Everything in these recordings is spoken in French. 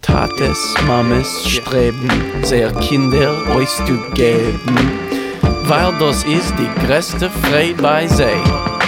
Tates, Mames streben, sehr Kinder euch zu geben, weil das ist die größte Freude bei sei.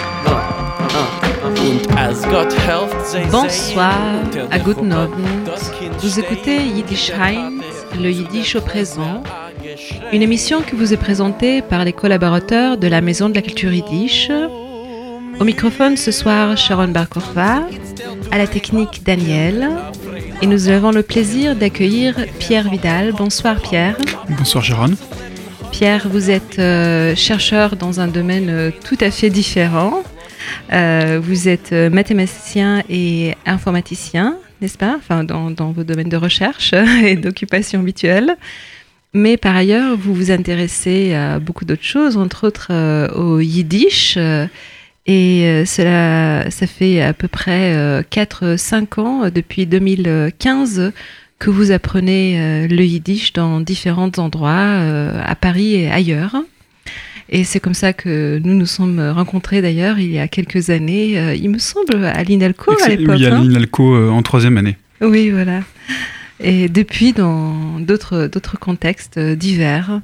Und als Gott helft sei. Bonsoir, à guten Abend. Vous écoutez Yiddish Heim, le Yiddish au présent, une émission qui vous est présentée par les collaborateurs de la Maison de la Culture Yiddish. Au microphone ce soir, Sharon Bar-Korva, à la technique Daniel, et nous avons le plaisir d'accueillir Pierre Vidal. Bonsoir Pierre. Bonsoir Sharon. Pierre, vous êtes chercheur dans un domaine tout à fait différent. Vous êtes mathématicien et informaticien, n'est-ce pas ? Enfin, dans vos domaines de recherche et d'occupation habituelle. Mais par ailleurs, vous vous intéressez à beaucoup d'autres choses, entre autres au yiddish. Et ça fait à peu près 4-5 ans, depuis 2015, que vous apprenez le yiddish dans différents endroits, à Paris et ailleurs. Et c'est comme ça que nous nous sommes rencontrés d'ailleurs il y a quelques années, il me semble, à l'INALCO à l'époque. Oui, à l'INALCO en 3e année. Oui, voilà. Et depuis, dans d'autres contextes divers.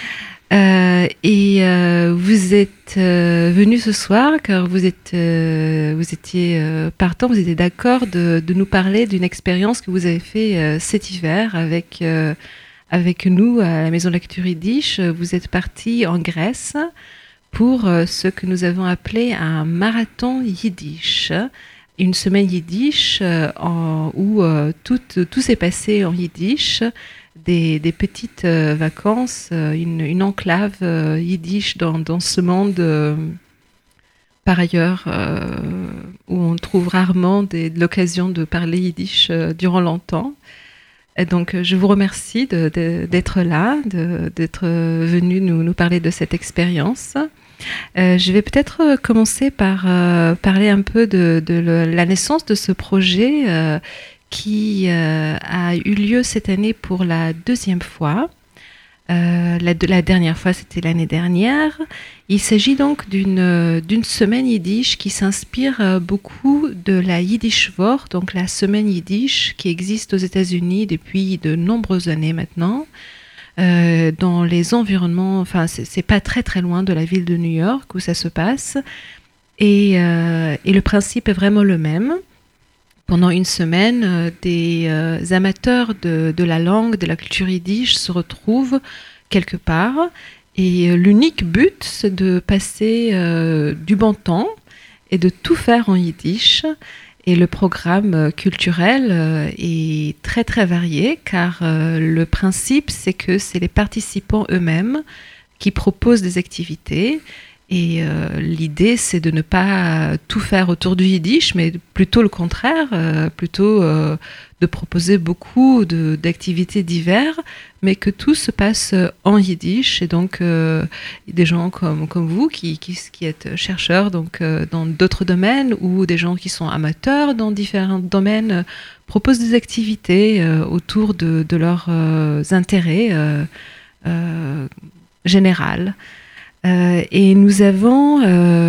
Vous êtes venu ce soir car vous étiez partant, vous étiez d'accord de nous parler d'une expérience que vous avez fait cet hiver avec nous à la Maison de la Culture Yiddish. Vous êtes parti en Grèce pour ce que nous avons appelé un marathon yiddish. Une semaine yiddish où tout s'est passé en yiddish. Des petites vacances, une enclave yiddish dans ce monde par ailleurs où on trouve rarement l'occasion de parler yiddish durant longtemps. Et donc je vous remercie d'être là, d'être venu nous parler de cette expérience. Je vais peut-être commencer par parler un peu de la naissance de ce projet qui a eu lieu cette année pour la 2e fois. La dernière fois, c'était l'année dernière. Il s'agit donc d'une semaine yiddish qui s'inspire beaucoup de la Yiddish Woche, donc la semaine yiddish qui existe aux États-Unis depuis de nombreuses années maintenant. Dans les environnements, enfin c'est pas très très loin de la ville de New York où ça se passe. Et le principe est vraiment le même. Pendant une semaine, des amateurs de la langue, de la culture yiddish se retrouvent quelque part. Et l'unique but, c'est de passer du bon temps et de tout faire en yiddish. Et le programme culturel est très très varié car le principe, c'est que c'est les participants eux-mêmes qui proposent des activités. Et l'idée, c'est de ne pas tout faire autour du yiddish, mais plutôt le contraire, plutôt de proposer beaucoup d'activités diverses, mais que tout se passe en yiddish. Et donc, des gens comme vous qui êtes chercheurs donc, dans d'autres domaines ou des gens qui sont amateurs dans différents domaines proposent des activités autour de leurs intérêts généraux. Et nous avons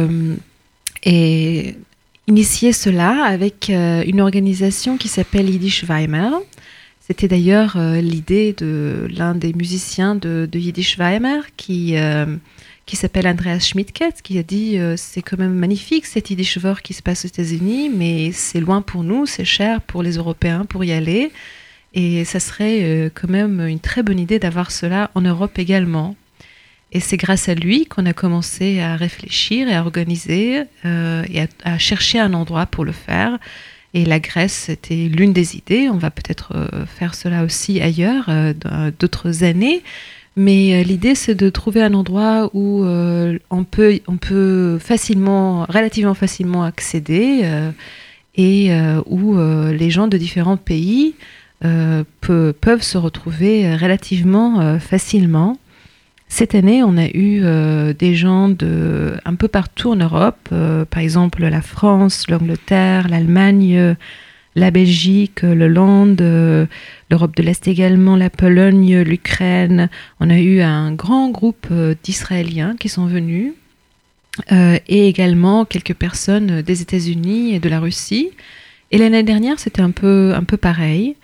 initié cela avec une organisation qui s'appelle Yiddish Weimar. C'était d'ailleurs l'idée de l'un des musiciens de Yiddish Weimar qui s'appelle Andreas Schmidtke, qui a dit c'est quand même magnifique cette Yiddish Woche qui se passe aux États-Unis, mais c'est loin pour nous, c'est cher pour les Européens pour y aller. Et ça serait quand même une très bonne idée d'avoir cela en Europe également. Et c'est grâce à lui qu'on a commencé à réfléchir et à organiser et à chercher un endroit pour le faire. Et la Grèce, c'était l'une des idées. On va peut-être faire cela aussi ailleurs, d'autres années. Mais l'idée, c'est de trouver un endroit où on peut relativement facilement accéder et où les gens de différents pays peuvent se retrouver relativement facilement. Cette année, on a eu des gens un peu partout en Europe, par exemple la France, l'Angleterre, l'Allemagne, la Belgique, l'Hollande, l'Europe de l'Est également, la Pologne, l'Ukraine. On a eu un grand groupe d'Israéliens qui sont venus et également quelques personnes des États-Unis et de la Russie. Et l'année dernière, c'était un peu pareil.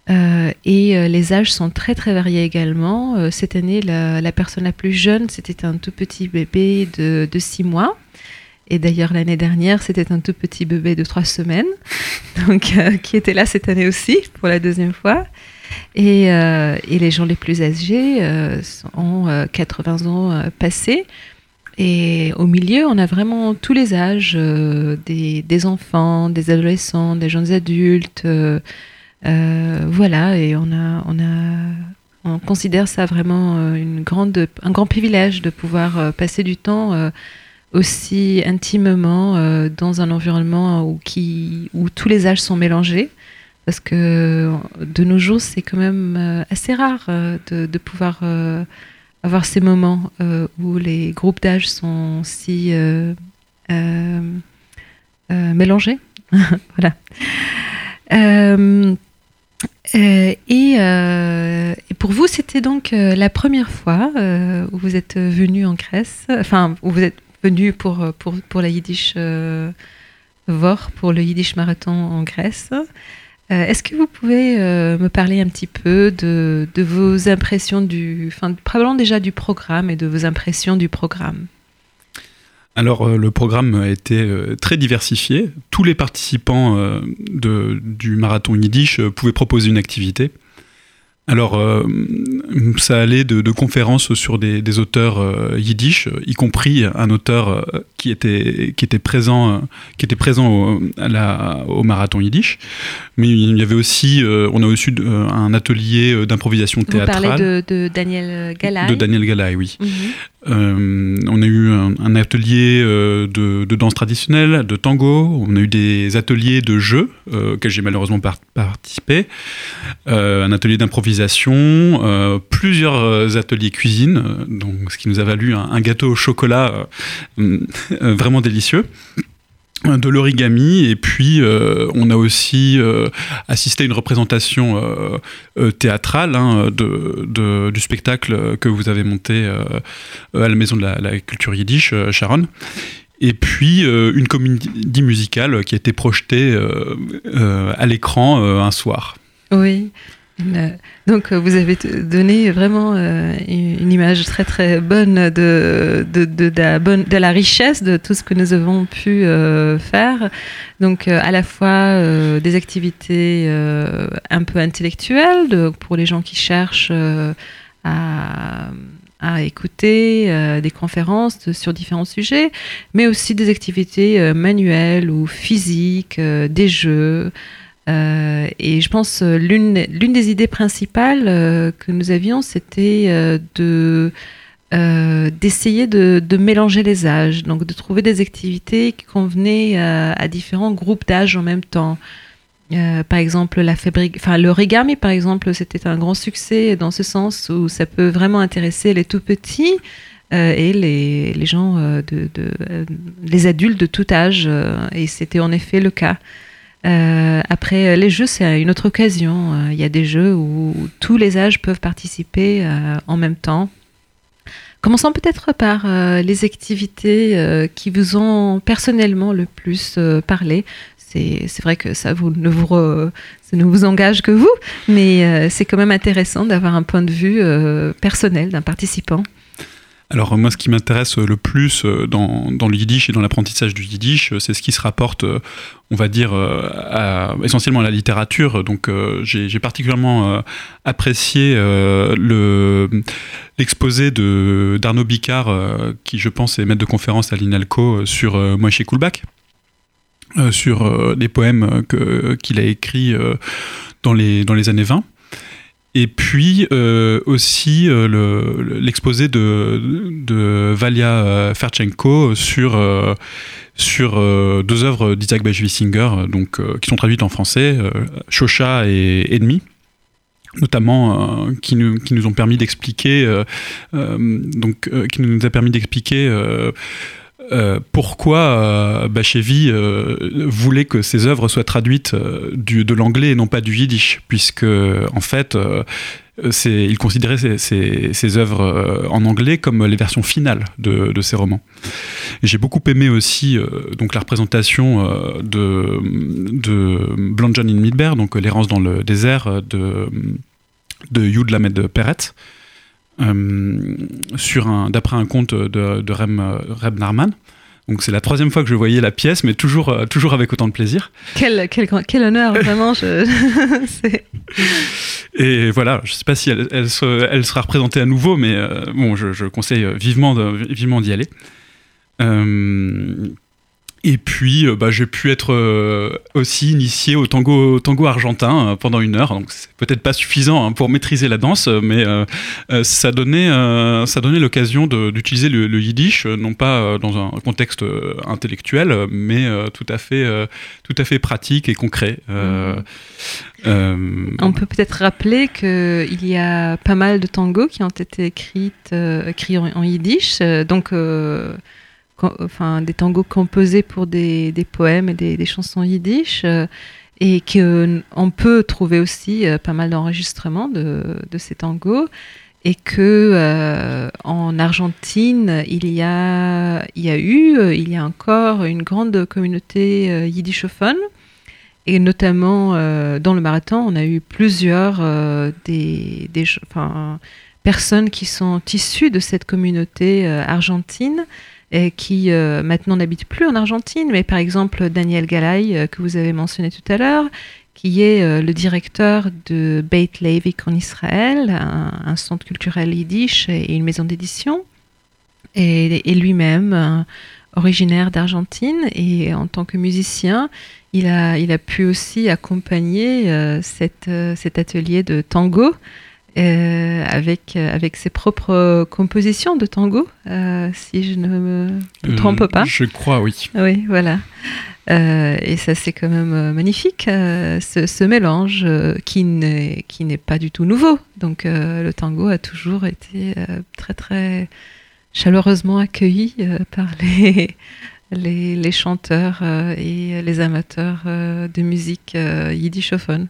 Et les âges sont très très variés également. Cette année, la personne la plus jeune, c'était un tout petit bébé de 6 mois. Et d'ailleurs, l'année dernière, c'était un tout petit bébé de 3 semaines, donc, qui était là cette année aussi, pour la 2e fois. Et les gens les plus âgés ont 80 ans passés. Et au milieu, on a vraiment tous les âges, des enfants, des adolescents, des jeunes adultes. Voilà, et on considère ça vraiment un grand privilège de pouvoir passer du temps aussi intimement dans un environnement où tous les âges sont mélangés. Parce que de nos jours, c'est quand même assez rare de pouvoir avoir ces moments où les groupes d'âge sont si mélangés. Voilà. Et pour vous, c'était donc la première fois où vous êtes venu en Grèce, enfin, où vous êtes venu pour la Yiddish Vor, pour le Yiddish Marathon en Grèce. Est-ce que vous pouvez me parler un petit peu de vos impressions probablement déjà du programme et de vos impressions du programme? Alors, le programme a été très diversifié. Tous les participants du marathon Yiddish pouvaient proposer une activité. Alors, ça allait de conférences sur des auteurs yiddish, y compris un auteur qui était présent au marathon yiddish. Mais il y avait aussi, on a aussi un atelier d'improvisation théâtrale. Vous parlez de Daniel Galay. De Daniel Galay, oui. Mm-hmm. On a eu un atelier de danse traditionnelle, de tango. On a eu des ateliers de jeux auxquels j'ai malheureusement participé. Un atelier d'improvisation, plusieurs ateliers cuisine, donc, ce qui nous a valu un gâteau au chocolat vraiment délicieux. De l'origami, et puis on a aussi assisté à une représentation théâtrale du spectacle que vous avez monté à la Maison de la Culture Yiddish, Sharon. Et puis une comédie musicale qui a été projetée à l'écran un soir. Oui. Donc vous avez donné vraiment une image très très bonne de la richesse de tout ce que nous avons pu faire. Donc à la fois des activités un peu intellectuelles pour les gens qui cherchent à écouter des conférences sur différents sujets, mais aussi des activités manuelles ou physiques, des jeux. Et je pense l'une des idées principales que nous avions, c'était d'essayer de mélanger les âges, donc de trouver des activités qui convenaient à différents groupes d'âge en même temps. Par exemple, l'origami, par exemple, c'était un grand succès dans ce sens où ça peut vraiment intéresser les tout petits et les gens, les adultes de tout âge, et c'était en effet le cas. Après, les jeux, c'est une autre occasion. Il y a des jeux où tous les âges peuvent participer en même temps. Commençons peut-être par les activités qui vous ont personnellement le plus parlé. C'est vrai que ça ne vous engage que vous, mais c'est quand même intéressant d'avoir un point de vue personnel d'un participant. Alors moi, ce qui m'intéresse le plus dans le yiddish et dans l'apprentissage du yiddish, c'est ce qui se rapporte, on va dire, essentiellement à la littérature. Donc j'ai particulièrement apprécié l'exposé d'Arnaud Bicard, qui je pense est maître de conférence à l'INALCO sur Moïse Koulbach, sur des poèmes qu'il a écrits dans les années 20. Et puis aussi l'exposé de Valia Ferchenko sur 2 œuvres d'Isaac Bashevis-Singer, donc qui sont traduites en français, Shosha et Ennemi, notamment qui nous ont permis d'expliquer pourquoi Bashevis voulait que ses œuvres soient traduites de l'anglais et non pas du yiddish, puisque en fait il considérait ses œuvres en anglais comme les versions finales de ses romans. Et j'ai beaucoup aimé aussi donc la représentation de Blond John in Midbar, donc l'errance dans le désert de Hugh de Lamed Perret, d'après un conte de Reb Narman. Donc c'est la 3e fois que je voyais la pièce, mais toujours avec autant de plaisir. Quel honneur, vraiment. Et voilà, je ne sais pas si elle sera représentée à nouveau, mais bon, je conseille vivement d'y aller. Et puis, j'ai pu être aussi initié au tango argentin pendant 1 heure. Donc, c'est peut-être pas suffisant pour maîtriser la danse, mais ça donnait l'occasion d'utiliser le yiddish, non pas dans un contexte intellectuel, mais tout à fait pratique et concret. On peut peut-être rappeler qu'il y a pas mal de tangos qui ont été écrits en yiddish, donc des tangos composés pour des poèmes et des chansons yiddish, et qu'on peut trouver aussi pas mal d'enregistrements de ces tangos, et que en Argentine il y a encore une grande communauté yiddishophone, et notamment dans le marathon on a eu plusieurs personnes qui sont issues de cette communauté argentine, et qui maintenant n'habite plus en Argentine, mais par exemple Daniel Galay, que vous avez mentionné tout à l'heure, qui est le directeur de Beit Leivik en Israël, un centre culturel yiddish et une maison d'édition, et lui-même originaire d'Argentine, et en tant que musicien, il a pu aussi accompagner cet atelier de tango, avec ses propres compositions de tango, si je ne me trompe pas. Je crois, oui. Oui, voilà. Et ça, c'est quand même magnifique, ce mélange qui n'est pas du tout nouveau. Donc, le tango a toujours été très, très chaleureusement accueilli par les chanteurs et les amateurs de musique yiddishophone.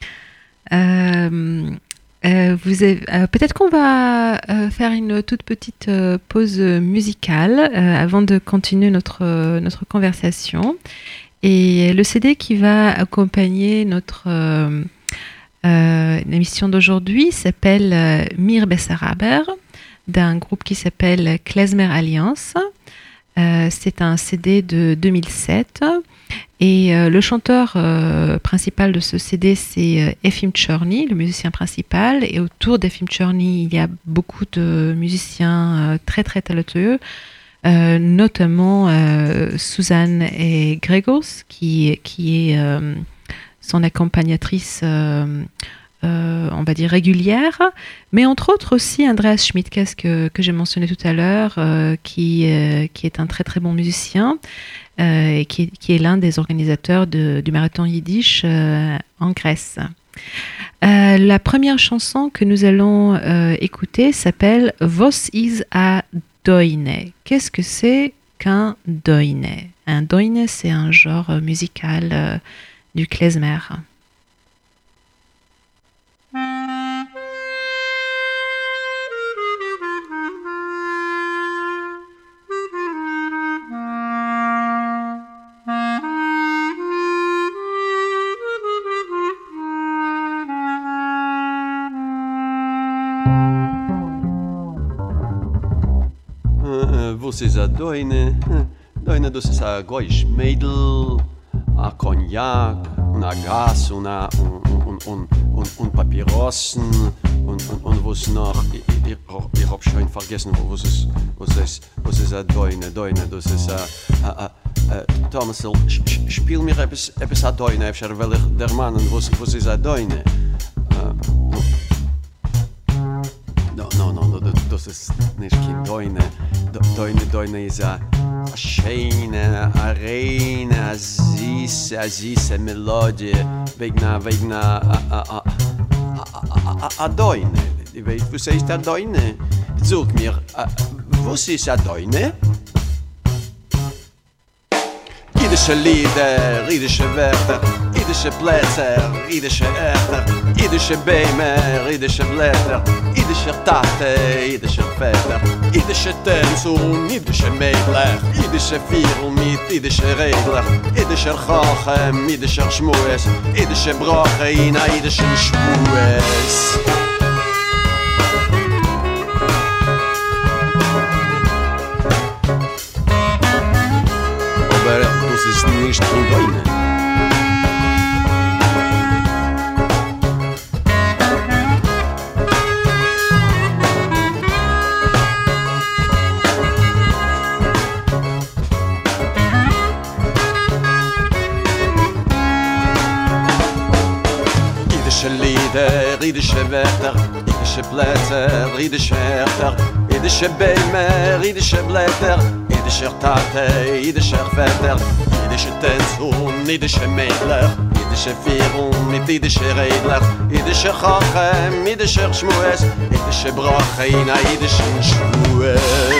Peut-être qu'on va faire une toute petite pause musicale avant de continuer notre conversation. Et le CD qui va accompagner notre émission d'aujourd'hui s'appelle Mir Bessaraber, d'un groupe qui s'appelle Klezmer Alliance. C'est un CD de 2007. Et le chanteur principal de ce CD, c'est Efim Tchorny, le musicien principal. Et autour d'Efim Tchorny, il y a beaucoup de musiciens très très talentueux, notamment Suzanne et Gregors, qui est son accompagnatrice, on va dire régulière, mais entre autres aussi Andreas Schmidtke, que j'ai mentionné tout à l'heure, qui est un très très bon musicien. Et qui est l'un des organisateurs du marathon yiddish en Grèce. La première chanson que nous allons écouter s'appelle Vos is a doine. Qu'est-ce que c'est qu'un doine? Un doine, c'est un genre musical du klezmer. Was is a doine? Doine, das ist a goisch Mädel, a Cognac, und a Gas, und Papierossen, und was noch? Ich hab schon vergessen, was ist a Doine? Doine, das ist a Thomas, spiel mir etwas a Doine, efter will ich der Mann, was ist a Doine? No, das ist nicht kein Doine. Doine ist a schöne, a reine, a süße Melodie, wegen a Doine. Ich weiß, was ist a Doine? Sag mir, was ist a Doine? Jiddische Lieder, jiddische Wörter, idische Plätzer, idische Ächter, idische Bämer, idische Blätter, idische Tate, idische Väter, idische Tänzun, idische Mädler, idische Vierel mit idische Redler, idische Chachem, idische Schmues, idische Brache in idischen Schmues. Aber das ist nicht von deinen. Idische Wärter, idische Plätzer, idische Härter, idische Bämer, idische Blätter, idische Tate, idische Väter, idische Tänzun, idische Mädler, idische Vierung mit idische Redler, idische Chachem, idische Schmues, idische Brache in idischen Schmues.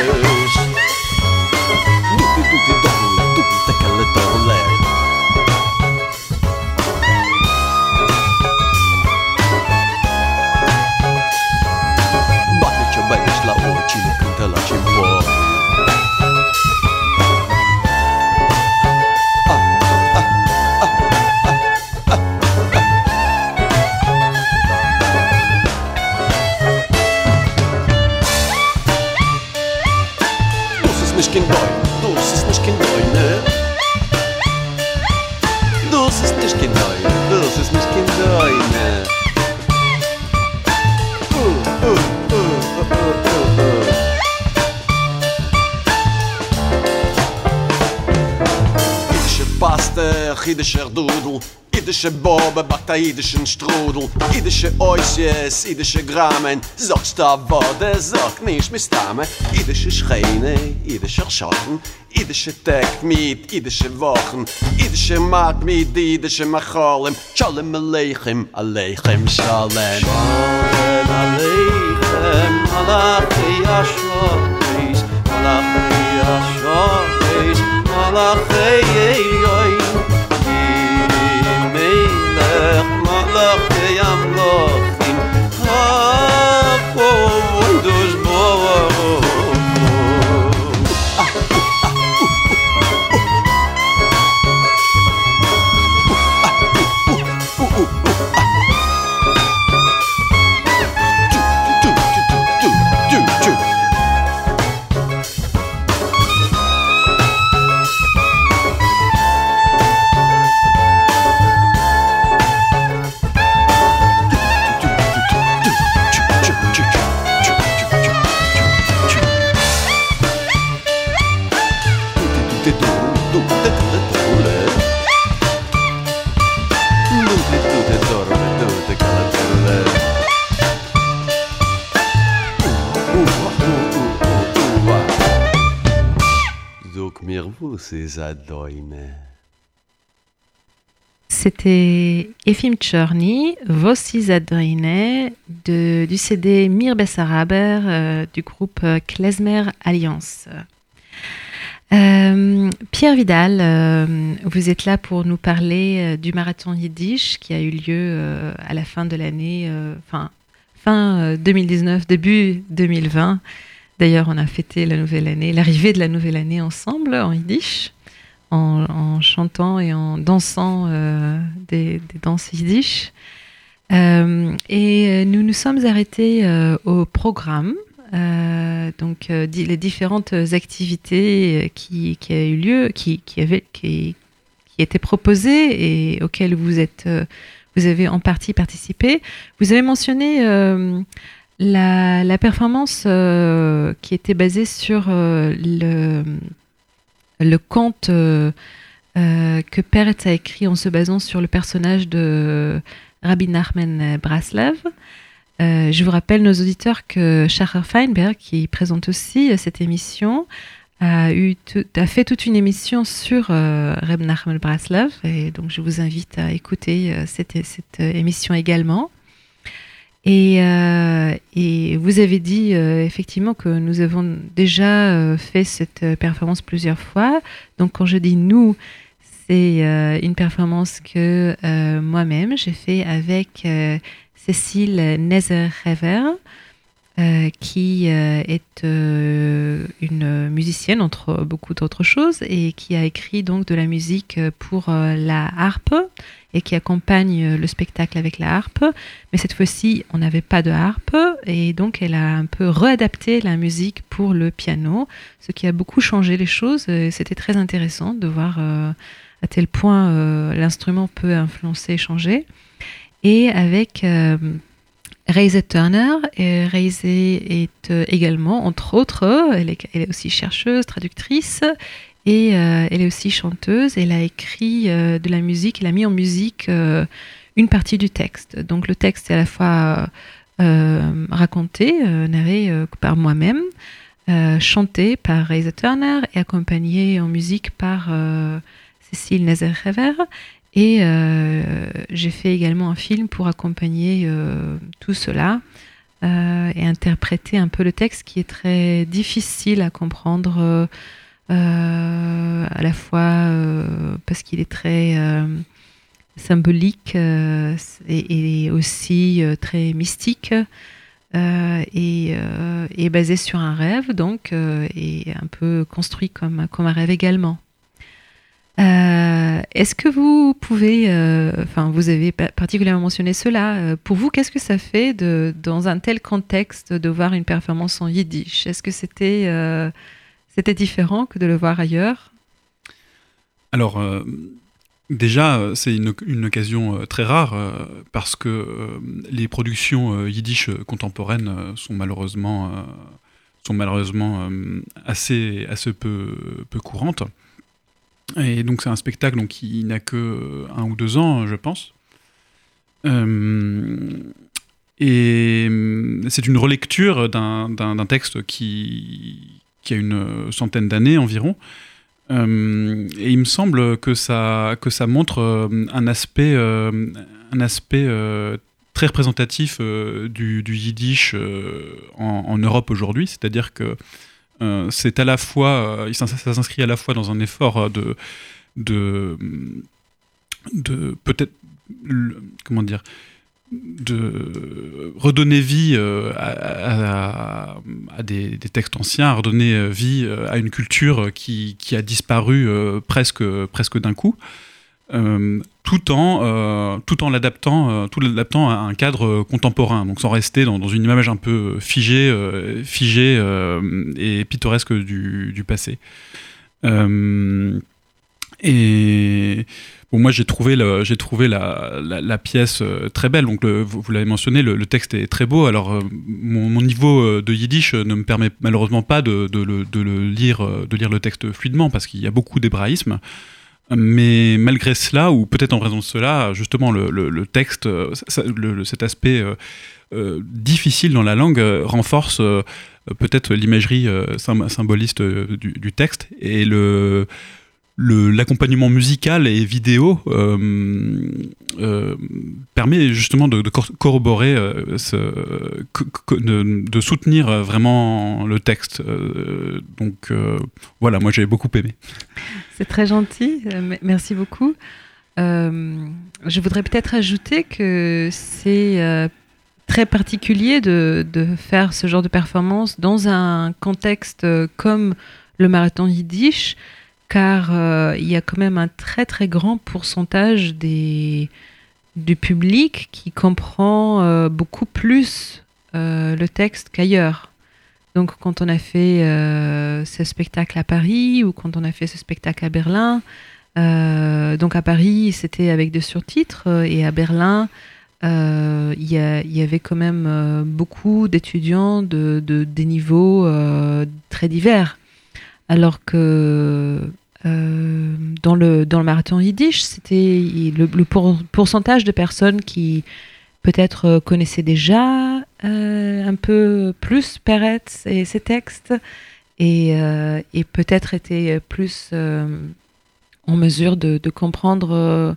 Idischer Dudel, idische Bobe backt a idischen Strudel, idische Oisjes, idische Gramen, sagst da Wode, sag nicht Mistame, idische Schreine, idischer Schatten, idische Tag mit idische Wochen, idische Markt mit idische Machalem, Shalom Aleichem, Aleichem Shalom. Shalom Aleichem, Malachi Ashoris, Malachi Ashoris, Malachi Elyoim. Malach Yamlochim, Hakodos Boarom. C'était Efim Tchorny, Vos Izadrine, du CD Mir Bessaraber du groupe Klezmer Alliance. Pierre Vidal, vous êtes là pour nous parler du marathon Yiddish qui a eu lieu à la fin de l'année, fin 2019, début 2020. D'ailleurs, on a fêté la nouvelle année, l'arrivée de la nouvelle année ensemble en Yiddish, en chantant et en dansant des danses Yiddish. Et nous nous sommes arrêtés au programme. Donc les différentes activités qui a eu lieu, qui étaient proposées et auxquelles vous avez en partie participé. Vous avez mentionné la performance qui était basée sur le conte que Peretz a écrit en se basant sur le personnage de Rabbi Nachman Braslav. Je vous rappelle, nos auditeurs, que Shachar Feinberg, qui présente aussi cette émission, a fait toute une émission sur Rabbi Nachman Braslav, et donc je vous invite à écouter cette émission également. Et vous avez dit effectivement que nous avons déjà fait cette performance plusieurs fois. Donc quand je dis nous, C'est une performance que moi-même j'ai fait avec Cécile Nezer-Rever, qui est une musicienne entre beaucoup d'autres choses et qui a écrit donc de la musique pour la harpe et qui accompagne le spectacle avec la harpe. Mais cette fois-ci, on n'avait pas de harpe et donc elle a un peu réadapté la musique pour le piano, ce qui a beaucoup changé les choses. C'était très intéressant de voir à tel point l'instrument peut influencer et changer. Et avec Reise Turner, et Reise est également, entre autres, elle est aussi chercheuse, traductrice, et elle est aussi chanteuse. Elle a écrit de la musique, elle a mis en musique une partie du texte. Donc le texte est à la fois raconté, narré par moi-même, chanté par Reise Turner et accompagné en musique par Cécile Nezer-Rever. Et j'ai fait également un film pour accompagner tout cela et interpréter un peu le texte qui est très difficile à comprendre à la fois parce qu'il est très symbolique et aussi très mystique et basé sur un rêve donc et un peu construit comme un rêve également. Est-ce que vous pouvez, vous avez particulièrement mentionné cela, pour vous, qu'est-ce que ça fait dans un tel contexte de voir une performance en yiddish? Est-ce que c'était différent que de le voir ailleurs? Alors, déjà, c'est une occasion très rare parce que les productions yiddish contemporaines sont malheureusement assez peu courantes. Et donc c'est un spectacle donc, qui n'a que 1 ou 2 ans, je pense. Et c'est une relecture d'un texte qui a une centaine d'années environ. Et il me semble que ça montre un aspect très représentatif du yiddish en Europe aujourd'hui, c'est-à-dire que c'est à la fois, ça s'inscrit à la fois dans un effort de peut-être, comment dire, de redonner vie à des textes anciens, à redonner vie à une culture qui a disparu presque d'un coup. Tout en l'adaptant à un cadre contemporain, donc sans rester dans une image un peu figée et pittoresque du passé. Et bon, moi j'ai trouvé la pièce très belle. Donc vous l'avez mentionné, le texte est très beau. Alors mon niveau de yiddish ne me permet malheureusement pas de lire le texte fluidement parce qu'il y a beaucoup d'hébraïsme. Mais malgré cela, ou peut-être en raison de cela, justement le texte, cet aspect difficile dans la langue renforce peut-être l'imagerie symboliste du texte, et l'accompagnement musical et vidéo permet justement de corroborer, de soutenir vraiment le texte. Donc voilà, moi j'ai beaucoup aimé. C'est très gentil, merci beaucoup. Je voudrais peut-être ajouter que c'est très particulier de faire ce genre de performance dans un contexte comme le marathon yiddish, car il y a quand même un très très grand pourcentage du public qui comprend beaucoup plus le texte qu'ailleurs. Donc quand on a fait ce spectacle à Paris ou quand on a fait ce spectacle à Berlin, donc à Paris c'était avec des surtitres et à Berlin il y avait quand même beaucoup d'étudiants des niveaux très divers. Alors que dans le marathon yiddish, c'était le pourcentage de personnes qui peut-être connaissaient déjà un peu plus Peretz et ses textes et peut-être étaient plus en mesure de comprendre.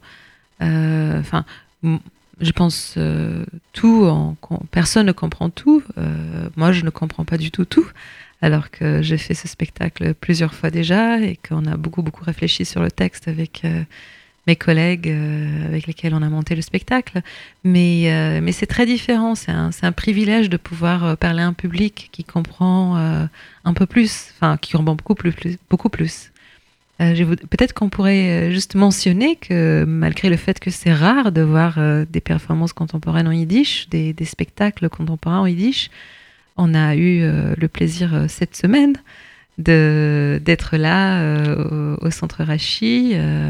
Je pense tout. Personne ne comprend tout. Moi, je ne comprends pas du tout. alors que j'ai fait ce spectacle plusieurs fois déjà et qu'on a beaucoup réfléchi sur le texte avec mes collègues avec lesquels on a monté le spectacle. Mais c'est très différent, c'est un privilège de pouvoir parler à un public qui comprend un peu plus, enfin qui comprend beaucoup plus. Peut-être qu'on pourrait juste mentionner que malgré le fait que c'est rare de voir des performances contemporaines en yiddish, des spectacles contemporains en yiddish, on a eu le plaisir cette semaine d'être là au Centre Rachi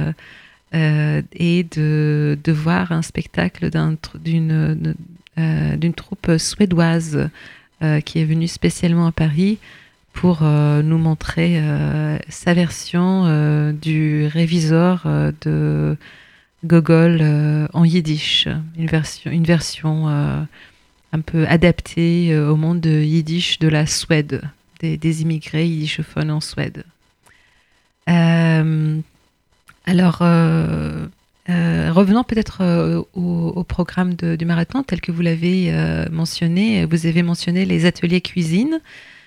et de voir un spectacle d'une troupe suédoise qui est venue spécialement à Paris pour nous montrer sa version du Révisor de Gogol en yiddish, une version un peu adaptée au monde de yiddish de la Suède, des immigrés yiddishophones en Suède. Alors, revenons peut-être au programme du marathon tel que vous l'avez mentionné. Vous avez mentionné les ateliers cuisine.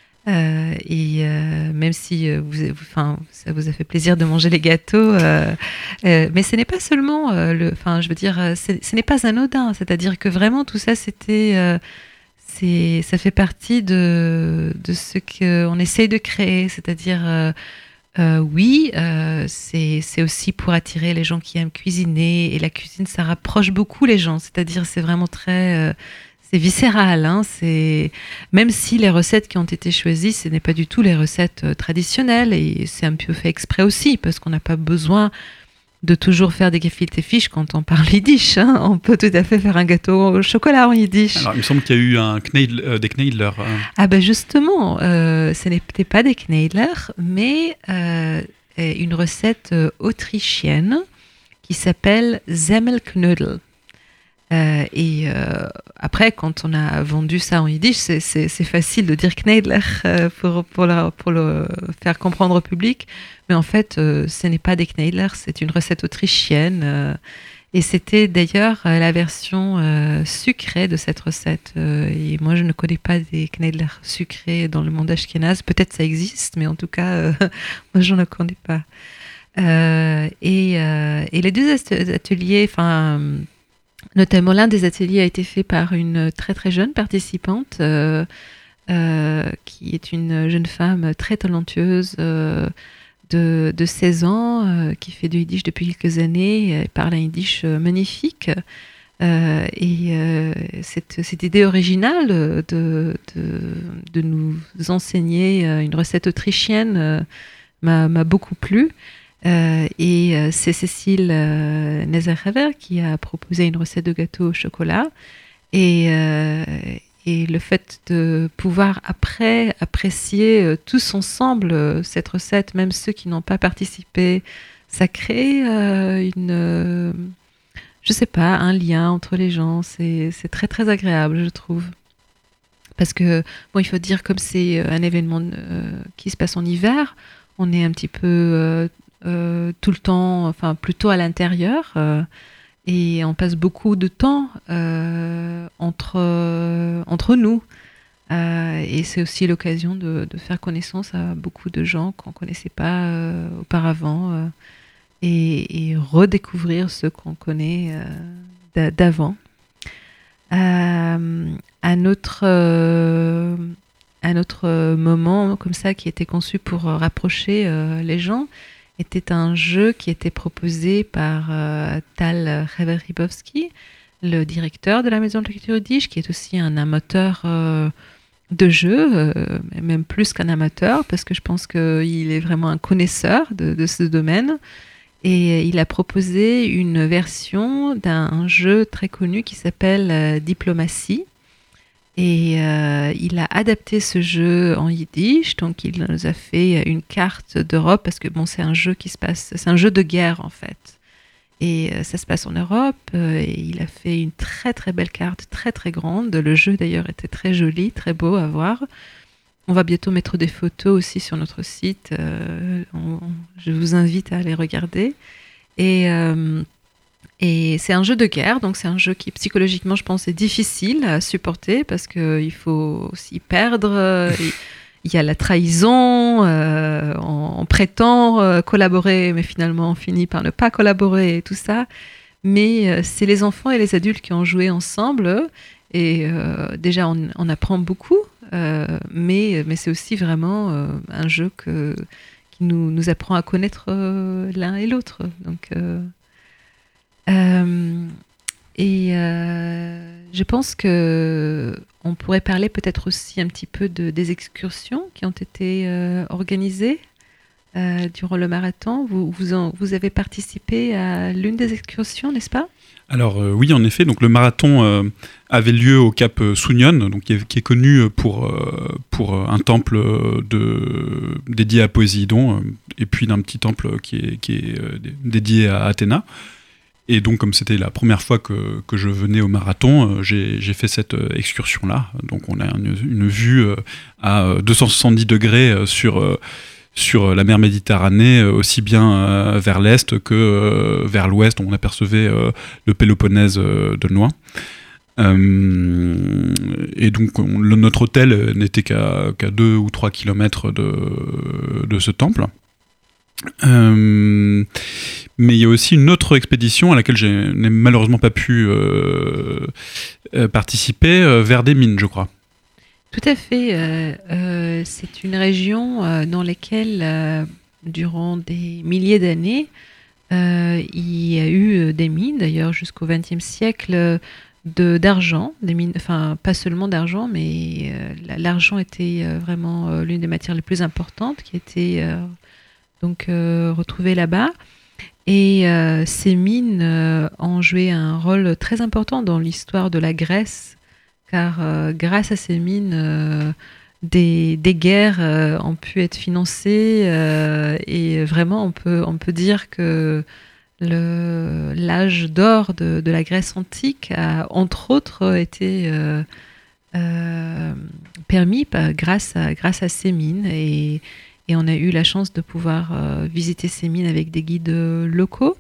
Même si ça vous a fait plaisir de manger les gâteaux, mais ce n'est pas seulement ce n'est pas anodin. C'est-à-dire que vraiment tout ça, ça fait partie de ce qu'on essaye de créer. C'est-à-dire c'est aussi pour attirer les gens qui aiment cuisiner, et la cuisine, ça rapproche beaucoup les gens. C'est-à-dire c'est vraiment très c'est viscéral, hein, même si les recettes qui ont été choisies, ce n'est pas du tout les recettes traditionnelles, et c'est un peu fait exprès aussi, parce qu'on n'a pas besoin de toujours faire des gefilte fish quand on parle yiddish. Hein. On peut tout à fait faire un gâteau au chocolat en yiddish. Alors, il me semble qu'il y a eu des Kneidler. Ah ben justement, ce n'était pas des Kneidler, mais une recette autrichienne qui s'appelle Semmelknödel. Après, quand on a vendu ça en yiddish, c'est facile de dire Kneidler pour le faire comprendre au public. Mais en fait, ce n'est pas des Kneidler, c'est une recette autrichienne. Et c'était d'ailleurs la version sucrée de cette recette. Et moi, je ne connais pas des Kneidler sucrés dans le monde ashkénaze. Peut-être ça existe, mais en tout cas, moi, je ne connais pas. Et les deux ateliers, notamment l'un des ateliers a été fait par une très très jeune participante qui est une jeune femme très talentueuse de 16 ans qui fait du yiddish depuis quelques années, elle parle un yiddish magnifique. Cette idée originale de nous enseigner une recette autrichienne m'a beaucoup plu. C'est Cécile Nezarever qui a proposé une recette de gâteau au chocolat, et le fait de pouvoir après apprécier tous ensemble cette recette, même ceux qui n'ont pas participé, ça crée un lien entre les gens. C'est très très agréable, je trouve, parce que il faut dire, comme c'est un événement qui se passe en hiver, on est un petit peu tout le temps, plutôt à l'intérieur, et on passe beaucoup de temps entre nous, et c'est aussi l'occasion de faire connaissance à beaucoup de gens qu'on ne connaissait pas auparavant, et redécouvrir ceux qu'on connaît d'avant. Un autre moment comme ça qui était conçu pour rapprocher les gens était un jeu qui était proposé par Tal Rybowski, le directeur de la Maison de la Culture Yiddish, qui est aussi un amateur de jeux, même plus qu'un amateur, parce que je pense qu'il est vraiment un connaisseur de ce domaine. Et il a proposé une version d'un jeu très connu qui s'appelle Diplomatie. Et il a adapté ce jeu en yiddish, donc il nous a fait une carte d'Europe, parce que c'est un jeu c'est un jeu de guerre en fait. Et ça se passe en Europe, et il a fait une très très belle carte, très très grande. Le jeu d'ailleurs était très joli, très beau à voir. On va bientôt mettre des photos aussi sur notre site, je vous invite à aller regarder. Et c'est un jeu de guerre, donc c'est un jeu qui psychologiquement, je pense, est difficile à supporter, parce qu'il faut aussi perdre, il y a la trahison, on prétend collaborer, mais finalement on finit par ne pas collaborer et tout ça. Mais c'est les enfants et les adultes qui ont joué ensemble. Et déjà, on apprend beaucoup, mais c'est aussi vraiment un jeu qui nous apprend à connaître l'un et l'autre. Donc, je pense qu'on pourrait parler peut-être aussi un petit peu des excursions qui ont été organisées durant le marathon. Vous avez participé à l'une des excursions, n'est-ce pas ? Alors oui, en effet, donc le marathon avait lieu au Cap Sounion, donc qui est connu pour un temple dédié à Poséidon, et puis d'un petit temple qui est dédié à Athéna. Et donc, comme c'était la première fois que je venais au marathon, j'ai fait cette excursion-là. Donc, on a une vue à 270 degrés sur la mer Méditerranée, aussi bien vers l'est que vers l'ouest. On apercevait le Péloponnèse de loin. Et donc, notre hôtel n'était qu'à 2 ou 3 kilomètres de ce temple. Mais il y a aussi une autre expédition à laquelle je n'ai malheureusement pas pu participer, vers des mines, je crois. Tout à fait. C'est une région dans laquelle, durant des milliers d'années, il y a eu des mines, d'ailleurs jusqu'au XXe siècle, d'argent, des mines, enfin pas seulement d'argent, mais l'argent était vraiment l'une des matières les plus importantes qui était donc retrouvée là-bas. Et ces mines ont joué un rôle très important dans l'histoire de la Grèce, car grâce à ces mines, des guerres ont pu être financées, et vraiment on peut dire que l'âge d'or de la Grèce antique a entre autres été permis grâce à ces mines. Et on a eu la chance de pouvoir visiter ces mines avec des guides locaux,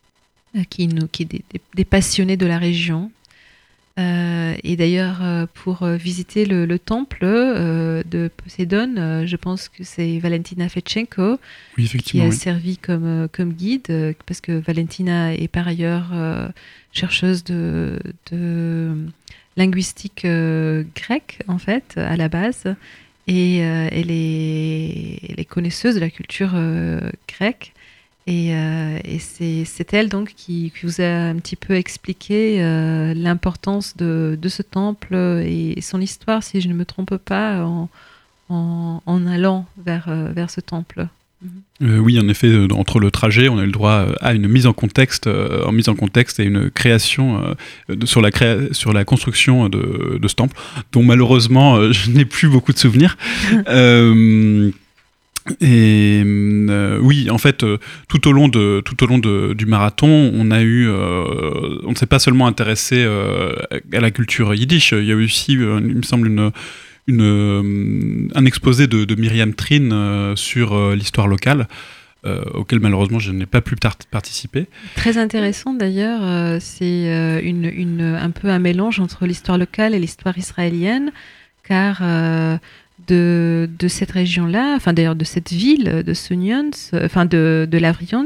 des passionnés de la région. Et d'ailleurs, pour visiter le temple de Poséidon, je pense que c'est Valentina Fetchenko qui a servi comme guide, parce que Valentina est par ailleurs chercheuse de linguistique grecque, en fait, à la base. Et elle est connaisseuse de la culture grecque. Et c'est elle donc qui vous a un petit peu expliqué l'importance de ce temple et son histoire, si je ne me trompe pas, en allant vers ce temple. Oui, en effet, entre le trajet, on a eu le droit à une mise en contexte et une création sur la construction de ce temple, dont malheureusement je n'ai plus beaucoup de souvenirs. Oui, en fait, tout au long du marathon, on ne s'est pas seulement intéressé à la culture yiddish. Il y a aussi, il me semble, un exposé de Myriam Trin sur l'histoire locale, auquel malheureusement je n'ai pas pu participer. Très intéressant d'ailleurs, c'est un peu un mélange entre l'histoire locale et l'histoire israélienne, car de cette région-là, enfin d'ailleurs de cette ville de Sounion, enfin de Lavrion,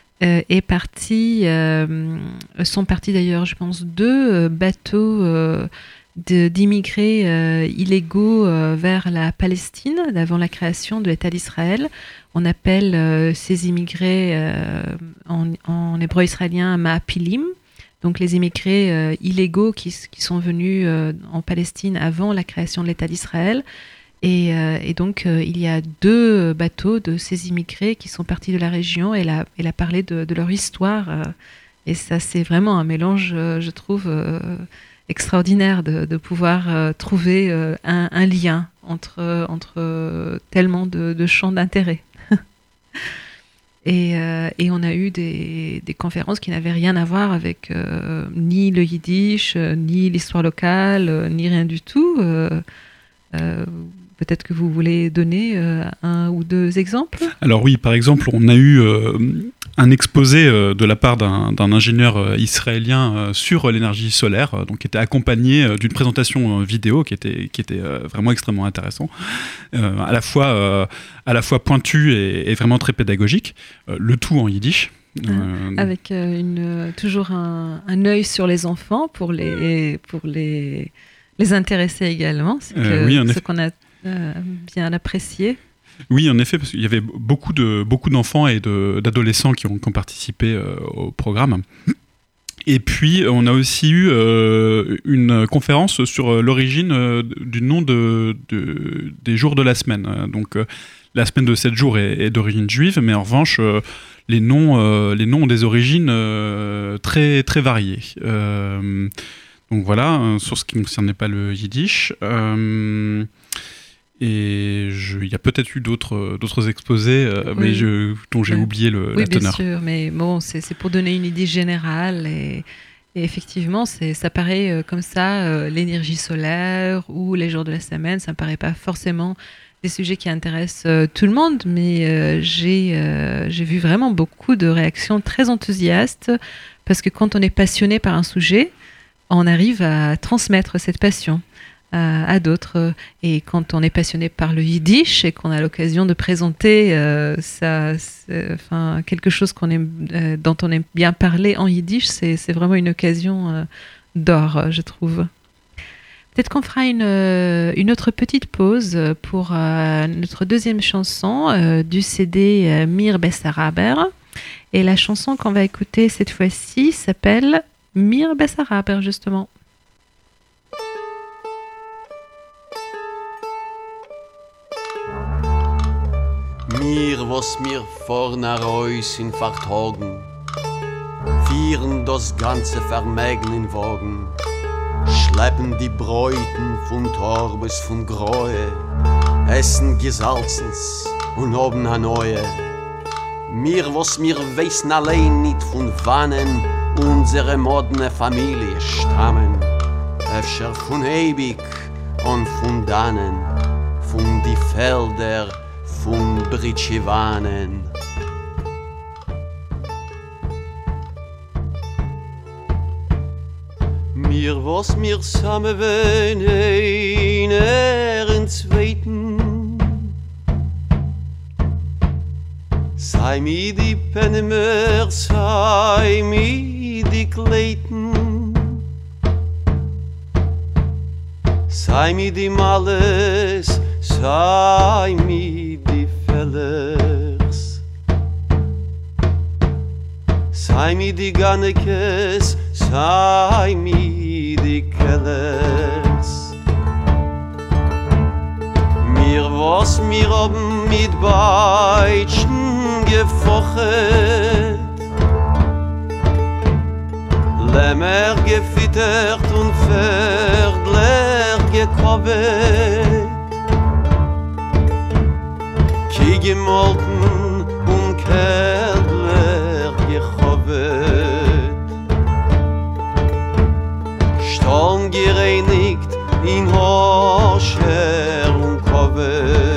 sont partis d'ailleurs, je pense, 2 bateaux d'immigrés illégaux vers la Palestine avant la création de l'État d'Israël. On appelle ces immigrés en hébreu israélien Ma'apilim, donc les immigrés illégaux qui sont venus en Palestine avant la création de l'État d'Israël. Et donc il y a 2 bateaux de ces immigrés qui sont partis de la région. Elle a parlé de leur histoire, et ça c'est vraiment un mélange, je trouve, extraordinaire de pouvoir trouver un lien entre tellement de champs d'intérêt. Et on a eu des conférences qui n'avaient rien à voir avec ni le yiddish, ni l'histoire locale, ni rien du tout. Peut-être que vous voulez donner un ou deux exemples. Alors oui, par exemple, on a eu un exposé de la part d'un ingénieur israélien sur l'énergie solaire, donc qui était accompagné d'une présentation vidéo qui était vraiment extrêmement intéressant, à la fois pointu et vraiment très pédagogique, le tout en yiddish. Avec toujours un œil sur les enfants pour les intéresser également, c'est ce qu'on a bien apprécié. Oui, en effet, parce qu'il y avait beaucoup d'enfants et d'adolescents qui ont participé au programme. Et puis, on a aussi eu une conférence sur l'origine du nom des jours de la semaine. Donc, la semaine de 7 jours est d'origine juive, mais en revanche, les noms ont des origines très, très variées. Donc voilà, sur ce qui ne concernait pas le yiddish. Et il y a peut-être eu d'autres exposés, mais dont j'ai oublié la teneur. Oui, bien sûr, mais bon, c'est pour donner une idée générale. Et effectivement, ça paraît comme ça, l'énergie solaire ou les jours de la semaine, ça ne paraît pas forcément des sujets qui intéressent tout le monde, mais j'ai vu vraiment beaucoup de réactions très enthousiastes, parce que quand on est passionné par un sujet, on arrive à transmettre cette passion à d'autres. Et quand on est passionné par le yiddish et qu'on a l'occasion de présenter quelque chose dont on aime bien parler en yiddish, c'est vraiment une occasion d'or, je trouve. Peut-être qu'on fera une autre petite pause pour notre deuxième chanson du CD Mir Bessaraber. Et la chanson qu'on va écouter cette fois-ci s'appelle Mir Bessaraber, justement. Mir, was mir vorn heraus in Vertagen, vieren das ganze Vermägen in Wagen, schleppen die Bräuten von Tor bis von Gräue, essen Gesalzens und oben a neue. Mir, was mir weißen allein nicht von wannen unsere moderne Familie stammen, öfter von ewig und von dannen, von die Felder, von Britschewanen. Mir was mir samme weinen in zweiten, sei mi die Pennemer, sei mi die Kleiten, sei mi die Malles, sei mi die Fellers, sei mi die Gannekes, sei mi die Kellers. Mir was mir oben mit Beitschen gefochet, Lämmer gefittert und Pferdler gekobbet, Kie gemolken und Kälbler gechobbet, Stollen gereinigt in Hoscher und Kobbet.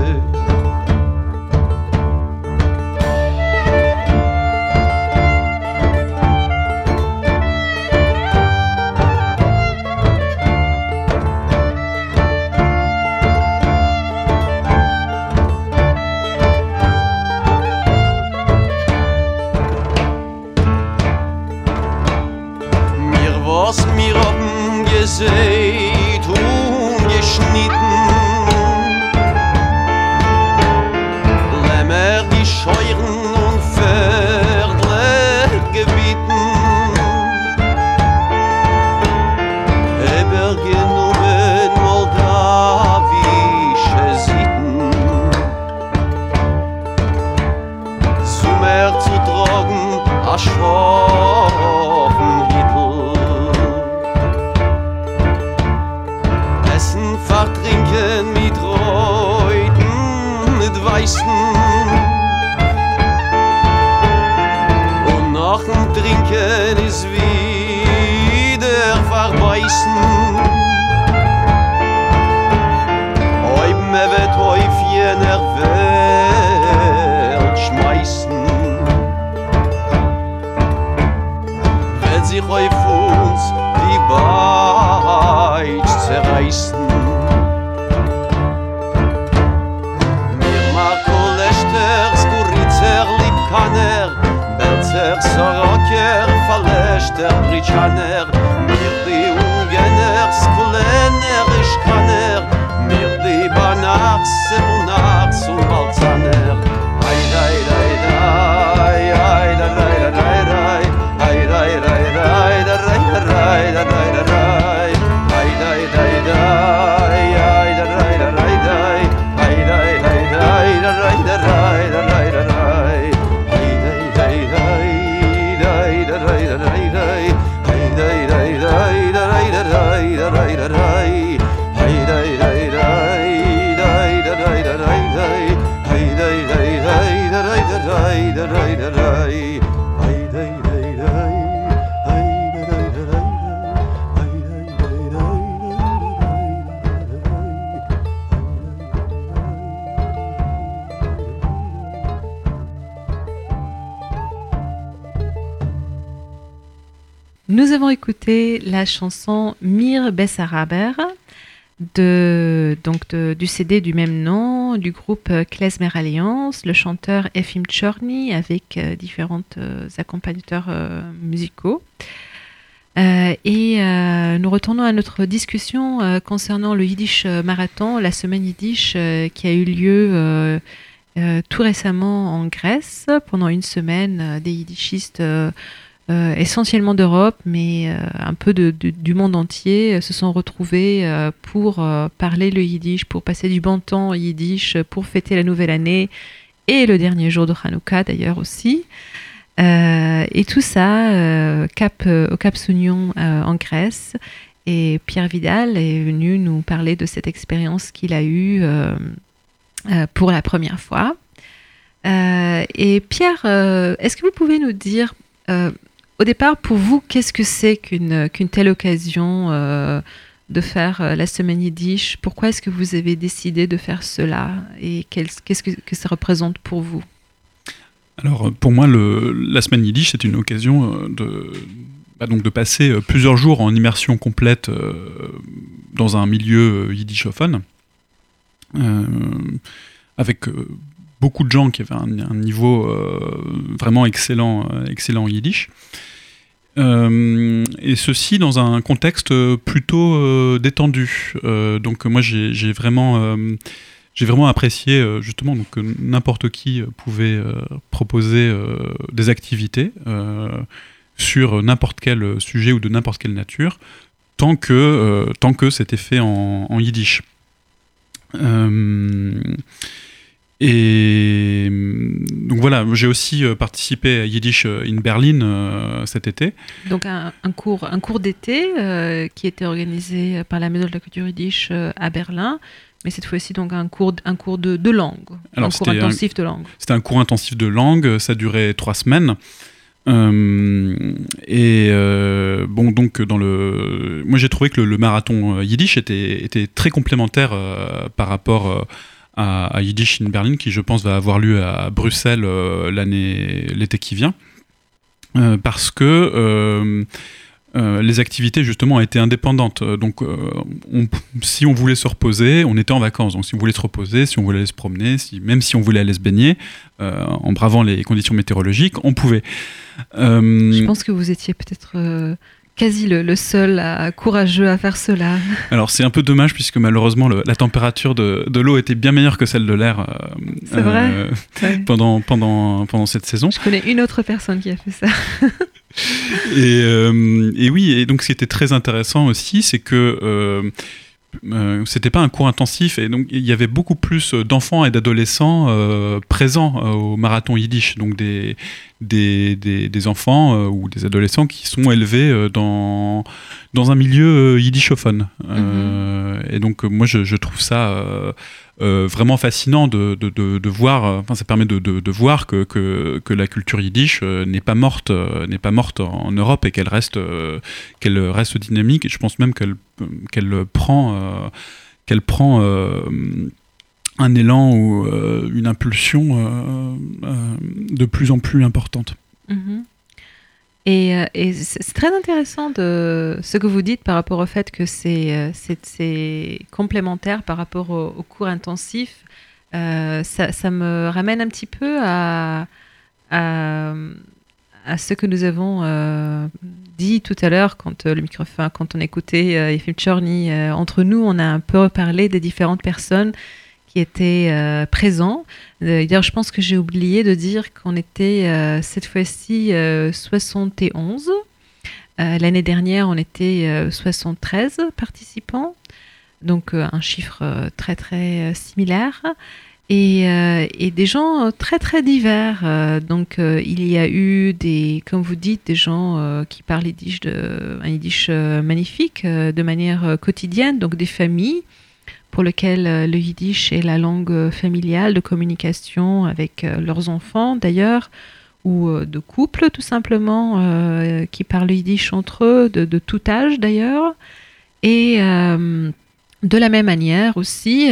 Was mir oben gesät und geschnitten, Lämmer gescheuren und Pferdler gebitten, übergenommen moldawische Sitten, zum zu tragen a schwachen Hittel, Essen vertrinken mit Reuten, mit Weißen, und nach dem Trinken ist wieder verbeißen. Oib Soroker, Verlechter, Britschaner, mir die Ungener, Skulener, Ischkaner, mir die Banachs, Munachs und Balzaner. Ai, ai, ai, ai, ai, ai, ai, ai, ai, ai, ai, Nous avons écouté la chanson Mir Bessaraber du CD du même nom du groupe Klezmer Alliance, le chanteur Efim Tchorny avec différents accompagnateurs musicaux. Nous retournons à notre discussion concernant le Yiddish Marathon, la semaine Yiddish qui a eu lieu tout récemment en Grèce pendant une semaine. Des Yiddishistes essentiellement d'Europe, mais un peu du monde entier, se sont retrouvés pour parler le yiddish, pour passer du bon temps au yiddish, pour fêter la nouvelle année et le dernier jour de Hanouka d'ailleurs aussi. Et tout ça au Cap Sounion en Grèce. Et Pierre Vidal est venu nous parler de cette expérience qu'il a eue pour la première fois. Et Pierre, est-ce que vous pouvez nous dire au départ, pour vous, qu'est-ce que c'est qu'une telle occasion de faire la semaine Yiddish? Pourquoi est-ce que vous avez décidé de faire cela? Et qu'est-ce que ça représente pour vous? Alors, pour moi, la semaine Yiddish, c'est une occasion de passer plusieurs jours en immersion complète dans un milieu yiddishophone, avec beaucoup de gens qui avaient un niveau vraiment excellent en yiddish. Et ceci dans un contexte plutôt détendu. Donc moi j'ai vraiment apprécié justement que n'importe qui pouvait proposer des activités sur n'importe quel sujet ou de n'importe quelle nature, tant que c'était fait en yiddish. Et donc voilà, j'ai aussi participé à Yiddish in Berlin cet été. Donc un cours d'été qui était organisé par la Maison de la Culture Yiddish à Berlin, mais cette fois-ci donc un cours de langue, alors, un cours intensif de langue. C'était un cours intensif de langue, ça durait 3 semaines. Donc moi j'ai trouvé que le marathon Yiddish était très complémentaire par rapport à Yiddish in Berlin, qui je pense va avoir lieu à Bruxelles l'été qui vient, parce que les activités justement étaient indépendantes. Donc si on voulait se reposer, on était en vacances. Donc si on voulait se reposer, si on voulait aller se promener, même si on voulait aller se baigner, en bravant les conditions météorologiques, on pouvait. Je pense que vous étiez peut-être quasi le seul courageux à faire cela. Alors c'est un peu dommage puisque malheureusement la température de l'eau était bien meilleure que celle de l'air c'est vrai ouais. pendant cette saison. Je connais une autre personne qui a fait ça. Et oui, et donc ce qui était très intéressant aussi, c'est que c'était pas un cours intensif, et donc il y avait beaucoup plus d'enfants et d'adolescents présents au marathon Yiddish, donc des enfants ou des adolescents qui sont élevés dans un milieu yiddishophone. Et donc moi je trouve ça vraiment fascinant de voir, ça permet de voir que la culture yiddish n'est pas morte en Europe, et qu'elle reste dynamique, et je pense même qu'elle prend un élan ou une impulsion de plus en plus importante. Et c'est très intéressant de ce que vous dites par rapport au fait que c'est complémentaire par rapport au cours intensif. Ça me ramène un petit peu à à ce que nous avons dit tout à l'heure quand quand on écoutait Efim Tchorny. Entre nous, on a un peu parlé des différentes personnes qui étaient présents. D'ailleurs, je pense que j'ai oublié de dire qu'on était cette fois-ci 71. L'année dernière, on était 73 participants, donc un chiffre très très similaire. Et des gens très très divers. Donc il y a eu comme vous dites, des gens qui parlent un yiddish magnifique de manière quotidienne, donc des familles pour lesquelles le yiddish est la langue familiale de communication avec leurs enfants d'ailleurs, ou de couples tout simplement qui parlent yiddish entre eux, de tout âge d'ailleurs. Et de la même manière aussi,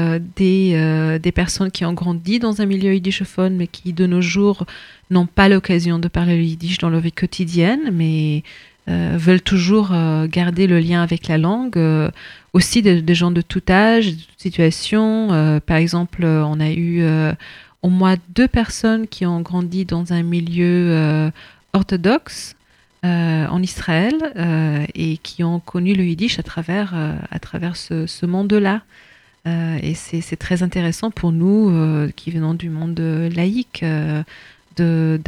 des personnes qui ont grandi dans un milieu yiddishophone, mais qui de nos jours n'ont pas l'occasion de parler le yiddish dans leur vie quotidienne, mais veulent toujours garder le lien avec la langue. Aussi des gens de tout âge, de toute situation. Par exemple, on a eu au moins 2 personnes qui ont grandi dans un milieu orthodoxe, en Israël et qui ont connu le yiddish à travers ce monde-là. Et c'est très intéressant pour nous qui venons du monde laïque de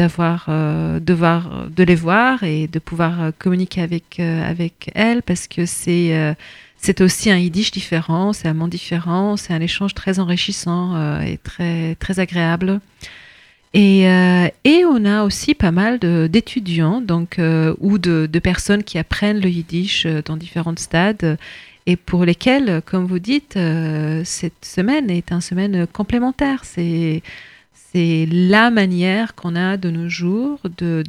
les voir et de pouvoir communiquer avec elles, parce que c'est aussi un yiddish différent, c'est un monde différent, c'est un échange très enrichissant et très, très agréable. Et on a aussi pas mal d'étudiants ou de personnes qui apprennent le yiddish dans différents stades et pour lesquels, comme vous dites, cette semaine est une semaine complémentaire. C'est la manière qu'on a de nos jours de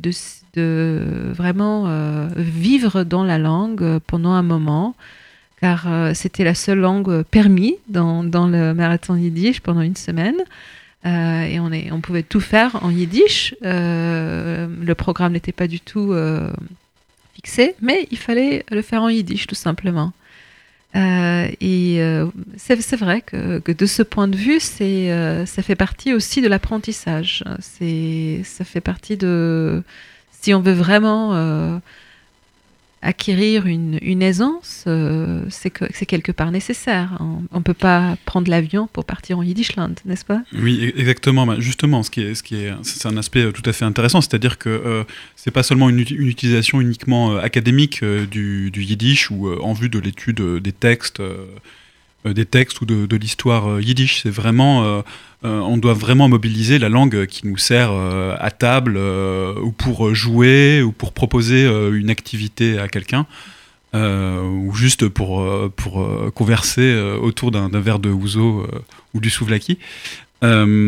vraiment vivre dans la langue pendant un moment, car c'était la seule langue permise dans le marathon yiddish pendant une semaine. Et on pouvait tout faire en yiddish. Le programme n'était pas du tout fixé, mais il fallait le faire en yiddish tout simplement. C'est vrai que de ce point de vue, ça fait partie aussi de l'apprentissage. Ça fait partie si on veut vraiment acquérir une aisance, c'est quelque part nécessaire. On ne peut pas prendre l'avion pour partir en Yiddishland, n'est-ce pas ? Oui, exactement. Justement, c'est un aspect tout à fait intéressant, c'est-à-dire que c'est pas seulement une utilisation uniquement académique du yiddish ou en vue de l'étude des textes ou de l'histoire yiddish. C'est vraiment, on doit vraiment mobiliser la langue qui nous sert à table ou pour jouer ou pour proposer une activité à quelqu'un ou juste pour converser autour d'un verre de ouzo ou du souvlaki. Et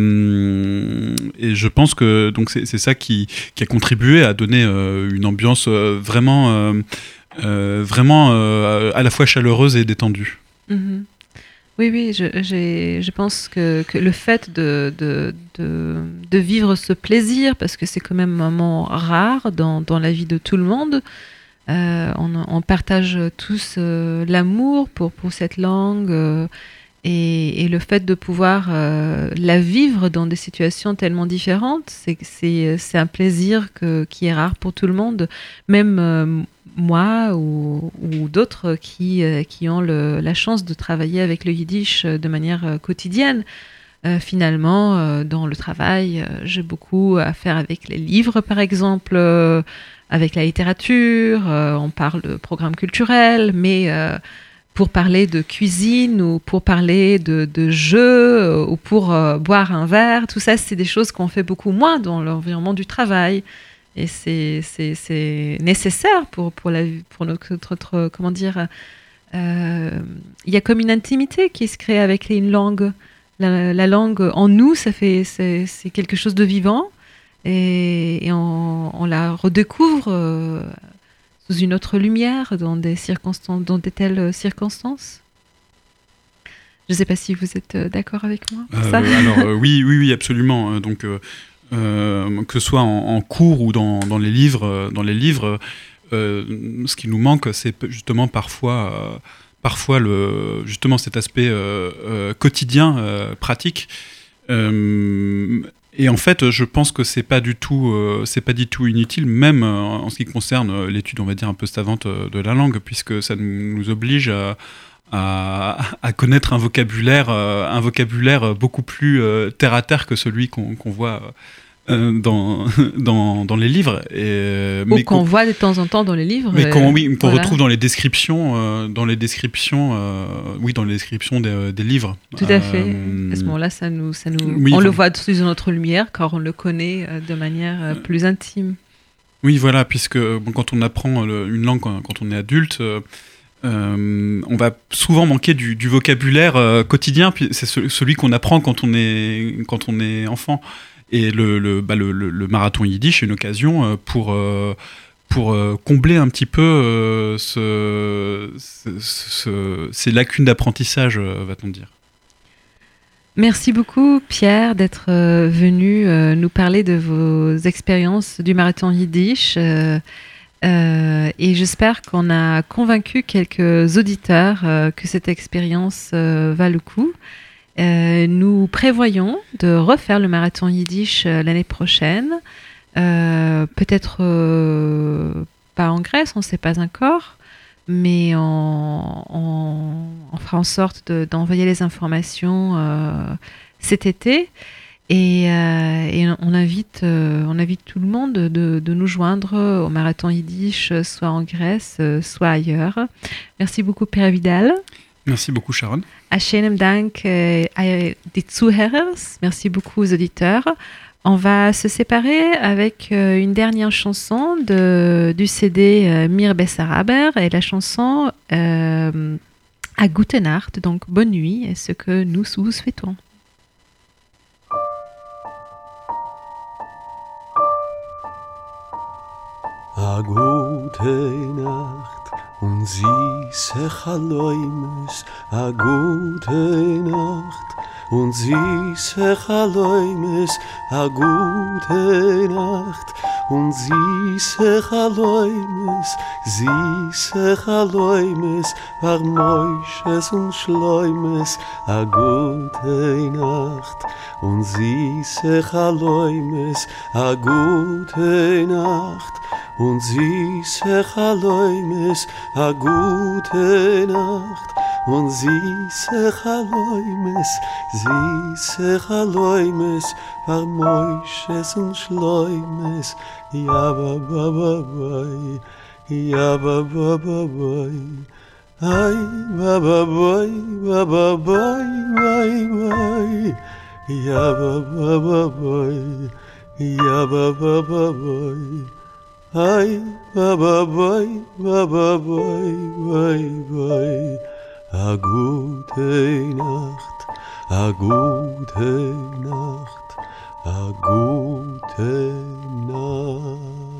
je pense que donc c'est ça qui a contribué à donner une ambiance vraiment à la fois chaleureuse et détendue. Mm-hmm. Oui, je pense que le fait de vivre ce plaisir, parce que c'est quand même un moment rare dans la vie de tout le monde, on partage tous l'amour pour cette langue et le fait de pouvoir la vivre dans des situations tellement différentes, c'est un plaisir qui est rare pour tout le monde, même moi ou d'autres qui ont la chance de travailler avec le yiddish de manière quotidienne. Finalement, dans le travail, j'ai beaucoup à faire avec les livres, par exemple, avec la littérature, on parle de programmes culturels, mais pour parler de cuisine ou pour parler de jeux ou pour boire un verre, tout ça, c'est des choses qu'on fait beaucoup moins dans l'environnement du travail. Et c'est nécessaire pour notre comment dire, il y a comme une intimité qui se crée avec une langue. La langue en nous, c'est quelque chose de vivant et on la redécouvre sous une autre lumière dans des telles circonstances. Je ne sais pas si vous êtes d'accord avec moi pour ça. Alors oui, absolument. Donc que ce soit en cours ou dans les livres, ce qui nous manque, c'est justement parfois justement cet aspect quotidien, pratique. Et en fait, je pense que c'est pas du tout inutile, même en ce qui concerne l'étude, on va dire, un peu savante de la langue, puisque ça nous oblige à connaître un vocabulaire beaucoup plus terre à terre que celui qu'on voit dans les livres. Ou qu'on voit de temps en temps dans les livres. Mais qu'on retrouve dans les descriptions, des livres. Tout à fait. À ce moment-là, on le voit sous une autre lumière, car on le connaît de manière plus intime. Oui, voilà, puisque quand on apprend une langue quand on est adulte, on va souvent manquer du vocabulaire quotidien, puis c'est celui qu'on apprend quand on est enfant. Et le marathon yiddish est une occasion pour combler un petit peu ces lacunes d'apprentissage, va-t-on dire. Merci beaucoup, Pierre, d'être venu nous parler de vos expériences du marathon yiddish. Et j'espère qu'on a convaincu quelques auditeurs que cette expérience va le coup. Nous prévoyons de refaire le marathon yiddish l'année prochaine. Peut-être pas en Grèce, on ne sait pas encore, mais on fera en sorte d'envoyer les informations cet été. Et on invite tout le monde de nous joindre au marathon yiddish, soit en Grèce, soit ailleurs. Merci beaucoup, Pierre Vidal. Merci beaucoup, Sharon. Schönen Dank die Zuhörers. Merci beaucoup aux auditeurs. On va se séparer avec une dernière chanson du CD Mir Bessaraber et la chanson à Gute Nacht, donc bonne nuit, est ce que nous vous souhaitons. A gute Nacht und süße Chaloimes, a gute Nacht und süße Chaloimes, a gute Nacht und süße Chaloimes, war Moisches und Schleumes, a gute Nacht und süße Chaloimes, a gute Nacht und süße Chaloimes, a gute Nacht und süße Chaloimes, war Moisches und Schleumes, ja ba ba ba bai, ja ba ba ba bai, ay ba ba bai, ba ba bai, bai bai, ja ba ba ba bai, ja ba ba ba bai. Ay, ba ba bye, bye, bye. A gute Nacht, a gute Nacht, a gute Nacht.